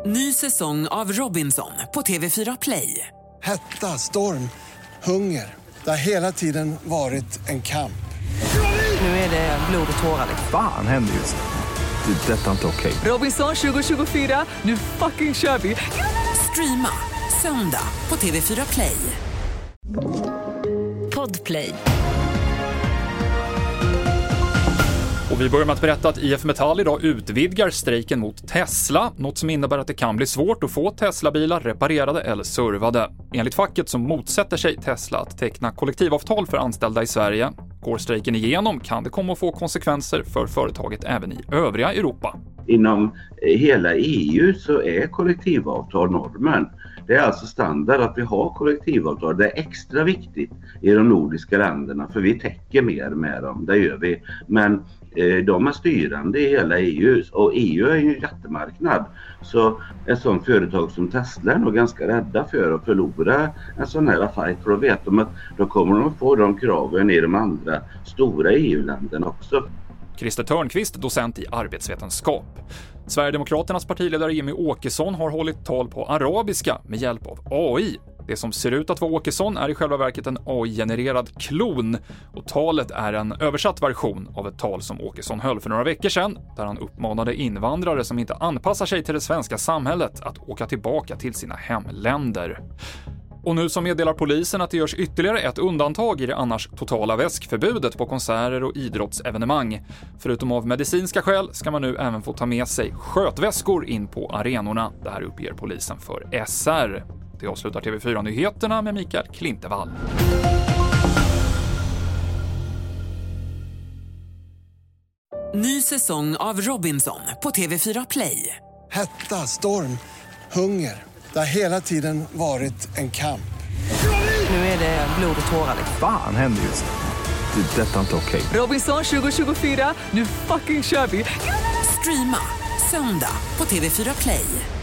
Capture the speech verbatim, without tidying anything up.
Ny säsong av Robinson på T V fyra Play. Hetta, storm, hunger. Det har hela tiden varit en kamp. Nu är det blod och tårar. Fan händer just det. Det är detta inte okej. Robinson tjugo tjugofyra, nu fucking kör vi. Streama söndag på T V fyra Play. Podplay. Och vi börjar med att berätta att I F Metall idag utvidgar strejken mot Tesla, något som innebär att det kan bli svårt att få Tesla-bilar reparerade eller servade. Enligt facket som motsätter sig Tesla att teckna kollektivavtal för anställda i Sverige. Går strejken igenom kan det komma att få konsekvenser för företaget även i övriga Europa. Inom hela E U så är kollektivavtal normen. Det är alltså standard att vi har kollektivavtal. Det är extra viktigt i de nordiska länderna för vi täcker mer med dem, det gör vi. Men eh, de är styrande i hela E U och E U är ju en jättemarknad. Så ett sånt företag som Tesla är nog ganska rädda för att förlora en sån här fight. För då vet de att då kommer de att få de kraven i de andra stora E U-länderna också. Christer Törnqvist, docent i arbetsvetenskap. Sverigedemokraternas partiledare Jimmy Åkesson har hållit tal på arabiska med hjälp av A I. Det som ser ut att vara Åkesson är i själva verket en A I-genererad klon och talet är en översatt version av ett tal som Åkesson höll för några veckor sedan där han uppmanade invandrare som inte anpassar sig till det svenska samhället att åka tillbaka till sina hemländer. Och nu så meddelar polisen att det görs ytterligare ett undantag i det annars totala väskförbudet på konserter och idrottsevenemang. Förutom av medicinska skäl ska man nu även få ta med sig skötväskor in på arenorna. Det här uppger polisen för S R. Det avslutar T V fyra-nyheterna med Mikael Klintevall. Ny säsong av Robinson på T V fyra Play. Hetta, storm, hunger. Det har hela tiden varit en kamp. Nu är det blod och tårar. Fan händer just det. Det är detta inte okej. Robinson tjugo tjugofyra, nu fucking kör vi. Streama söndag på T V fyra Play.